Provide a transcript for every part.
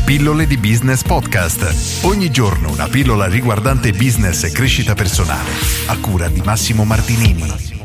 Pillole di Business Podcast. Ogni giorno una pillola riguardante business e crescita personale. A cura di Massimo Martinini.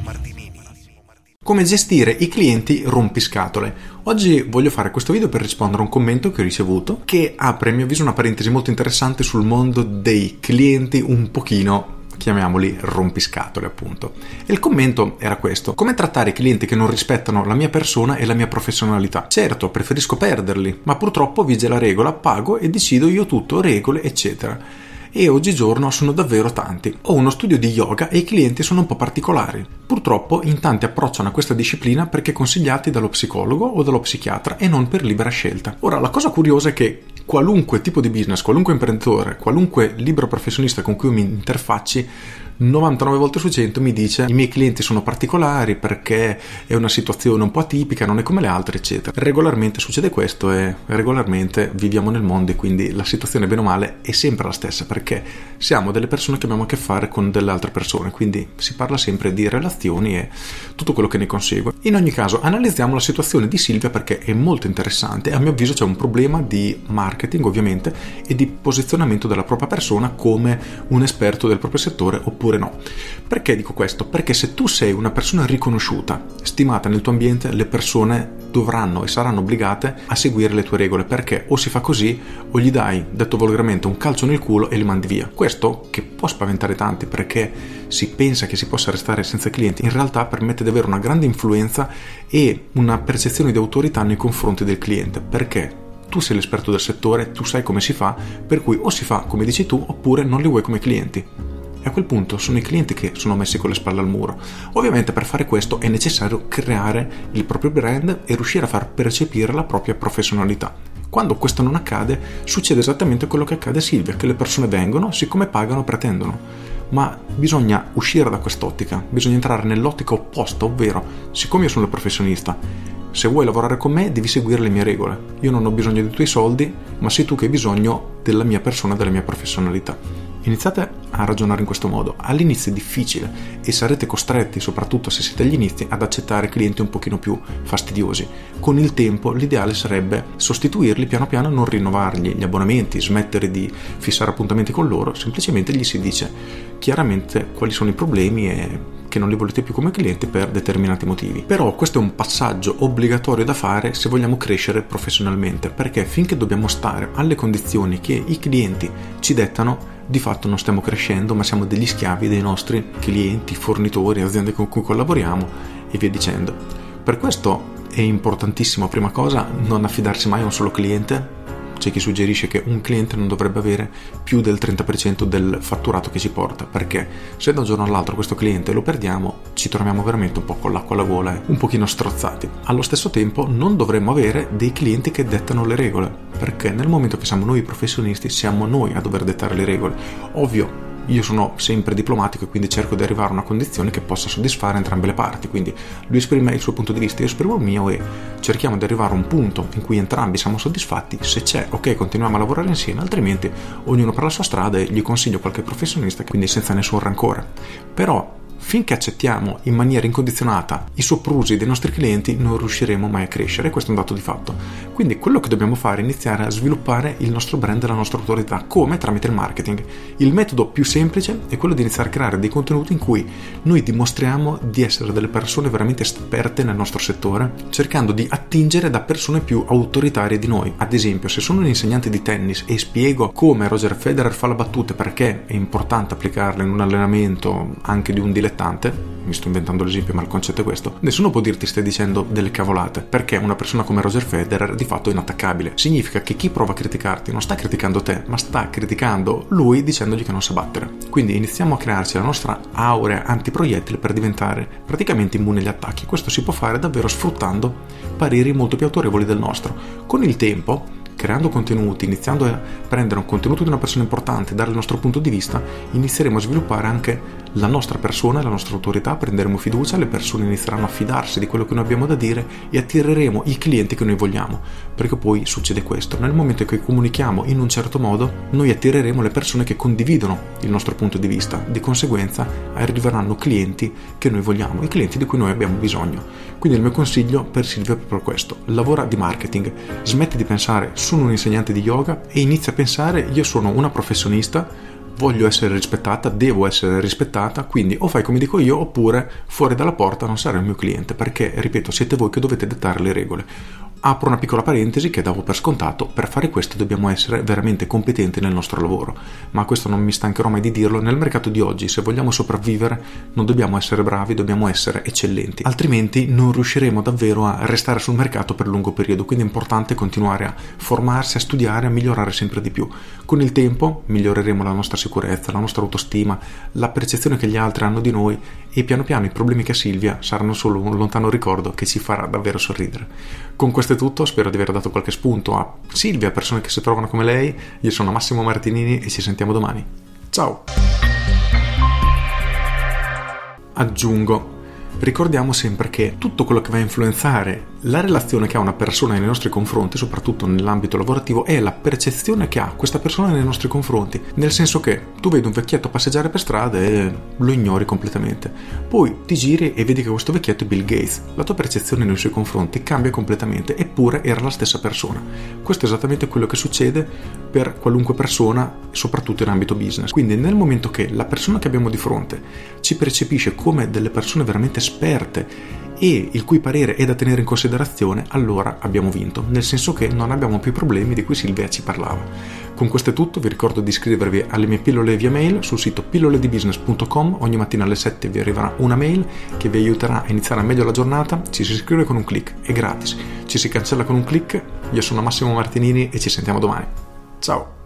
Come gestire i clienti rompiscatole. Oggi voglio fare questo video per rispondere a un commento che ho ricevuto che apre, a mio avviso, una parentesi molto interessante sul mondo dei clienti un pochino, chiamiamoli rompiscatole appunto. E il commento era questo: come trattare i clienti che non rispettano la mia persona e la mia professionalità? Certo, preferisco perderli, ma purtroppo vige la regola, pago e decido io tutto, regole eccetera. E oggigiorno sono davvero tanti. Ho uno studio di yoga e i clienti sono un po' particolari. Purtroppo in tanti approcciano a questa disciplina perché consigliati dallo psicologo o dallo psichiatra e non per libera scelta. Ora, la cosa curiosa è che qualunque tipo di business, qualunque imprenditore, qualunque libero professionista con cui mi interfacci, 99 volte su 100 mi dice: i miei clienti sono particolari perché è una situazione un po' atipica, non è come le altre eccetera. Regolarmente succede questo e regolarmente viviamo nel mondo e quindi la situazione bene o male è sempre la stessa, perché siamo delle persone che abbiamo a che fare con delle altre persone, quindi si parla sempre di relazioni e tutto quello che ne consegue. In ogni caso analizziamo la situazione di Silvia perché è molto interessante e a mio avviso c'è un problema di marketing ovviamente e di posizionamento della propria persona come un esperto del proprio settore oppure no. Perché dico questo? Perché se tu sei una persona riconosciuta, stimata nel tuo ambiente, le persone dovranno e saranno obbligate a seguire le tue regole, perché o si fa così o gli dai, detto volgarmente, un calcio nel culo e li mandi via. Questo, che può spaventare tanti perché si pensa che si possa restare senza clienti, in realtà permette di avere una grande influenza e una percezione di autorità nei confronti del cliente, perché tu sei l'esperto del settore, tu sai come si fa, per cui o si fa come dici tu oppure non li vuoi come clienti. E a quel punto sono i clienti che sono messi con le spalle al muro. Ovviamente per fare questo è necessario creare il proprio brand e riuscire a far percepire la propria professionalità. Quando questo non accade, succede esattamente quello che accade a Silvia, che le persone vengono, siccome pagano, pretendono. Ma bisogna uscire da quest'ottica, bisogna entrare nell'ottica opposta, ovvero, siccome io sono il professionista, se vuoi lavorare con me devi seguire le mie regole. Io non ho bisogno dei tuoi soldi, ma sei tu che hai bisogno della mia persona, della mia professionalità. Iniziate a ragionare in questo modo. All'inizio è difficile e sarete costretti, soprattutto se siete agli inizi, ad accettare clienti un pochino più fastidiosi. Con il tempo l'ideale sarebbe sostituirli piano piano, non rinnovargli gli abbonamenti, smettere di fissare appuntamenti con loro, semplicemente gli si dice chiaramente quali sono i problemi e che non li volete più come clienti per determinati motivi. Però questo è un passaggio obbligatorio da fare se vogliamo crescere professionalmente, perché finché dobbiamo stare alle condizioni che i clienti ci dettano, di fatto non stiamo crescendo, ma siamo degli schiavi dei nostri clienti, fornitori, aziende con cui collaboriamo e via dicendo. Per questo è importantissimo, prima cosa, non affidarsi mai a un solo cliente. C'è chi suggerisce che un cliente non dovrebbe avere più del 30% del fatturato che ci porta, perché se da un giorno all'altro questo cliente lo perdiamo ci troviamo veramente un po' con l'acqua alla gola e un pochino strozzati. Allo stesso tempo non dovremmo avere dei clienti che dettano le regole, perché nel momento che siamo noi professionisti siamo noi a dover dettare le regole. Ovvio, io sono sempre diplomatico e quindi cerco di arrivare a una condizione che possa soddisfare entrambe le parti, quindi lui esprime il suo punto di vista, io esprimo il mio e cerchiamo di arrivare a un punto in cui entrambi siamo soddisfatti. Se c'è, ok, continuiamo a lavorare insieme, altrimenti ognuno per la sua strada e gli consiglio qualche professionista, quindi senza nessun rancore. Però finché accettiamo in maniera incondizionata i soprusi dei nostri clienti non riusciremo mai a crescere, questo è un dato di fatto. Quindi quello che dobbiamo fare è iniziare a sviluppare il nostro brand e la nostra autorità. Come? Tramite il marketing. Il metodo più semplice è quello di iniziare a creare dei contenuti in cui noi dimostriamo di essere delle persone veramente esperte nel nostro settore, cercando di attingere da persone più autoritarie di noi. Ad esempio, se sono un insegnante di tennis e spiego come Roger Federer fa le battute, perché è importante applicarle in un allenamento anche di un dilettante, mi sto inventando l'esempio ma il concetto è questo, nessuno può dirti stai dicendo delle cavolate, perché una persona come Roger Federer di fatto è inattaccabile. Significa che chi prova a criticarti non sta criticando te, ma sta criticando lui dicendogli che non sa battere. Quindi iniziamo a crearci la nostra aurea antiproiettile per diventare praticamente immuni agli attacchi. Questo si può fare davvero sfruttando pareri molto più autorevoli del nostro. Con il tempo, creando contenuti, iniziando a prendere un contenuto di una persona importante, dare il nostro punto di vista, inizieremo a sviluppare anche la nostra persona, la nostra autorità, prenderemo fiducia, le persone inizieranno a fidarsi di quello che noi abbiamo da dire e attireremo i clienti che noi vogliamo, perché poi succede questo: nel momento che comunichiamo in un certo modo, noi attireremo le persone che condividono il nostro punto di vista, di conseguenza arriveranno clienti che noi vogliamo, i clienti di cui noi abbiamo bisogno. Quindi il mio consiglio per Silvia è proprio questo: lavora di marketing, smetti di pensare sono un insegnante di yoga e inizi a pensare: io sono una professionista, voglio essere rispettata, devo essere rispettata, quindi o fai come dico io oppure fuori dalla porta non sarai il mio cliente, perché, ripeto, siete voi che dovete dettare le regole. Apro una piccola parentesi che davo per scontato: per fare questo dobbiamo essere veramente competenti nel nostro lavoro, ma questo non mi stancherò mai di dirlo. Nel mercato di oggi, se vogliamo sopravvivere, non dobbiamo essere bravi, dobbiamo essere eccellenti, altrimenti non riusciremo davvero a restare sul mercato per lungo periodo. Quindi è importante continuare a formarsi, a studiare, a migliorare sempre di più. Con il tempo miglioreremo la nostra sicurezza, la nostra autostima, la percezione che gli altri hanno di noi, e piano piano i problemi che ha Silvia saranno solo un lontano ricordo che ci farà davvero sorridere. Con questo è tutto, spero di aver dato qualche spunto a Silvia, a persone che si trovano come lei. Io sono Massimo Martinini e ci sentiamo domani. Ciao! Aggiungo, ricordiamo sempre che tutto quello che va a influenzare la relazione che ha una persona nei nostri confronti, soprattutto nell'ambito lavorativo, è la percezione che ha questa persona nei nostri confronti, nel senso che tu vedi un vecchietto passeggiare per strada e lo ignori completamente, poi ti giri e vedi che questo vecchietto è Bill Gates, la tua percezione nei suoi confronti cambia completamente, eppure era la stessa persona. Questo è esattamente quello che succede per qualunque persona, soprattutto in ambito business. Quindi nel momento che la persona che abbiamo di fronte ci percepisce come delle persone veramente esperte e il cui parere è da tenere in considerazione, allora abbiamo vinto, nel senso che non abbiamo più problemi di cui Silvia ci parlava. Con questo è tutto, vi ricordo di iscrivervi alle mie pillole via mail sul sito pilloledibusiness.com. Ogni mattina alle 7 vi arriverà una mail che vi aiuterà a iniziare al meglio la giornata. Ci si iscrive con un click, è gratis, ci si cancella con un click. Io sono Massimo Martinini e ci sentiamo domani. Ciao!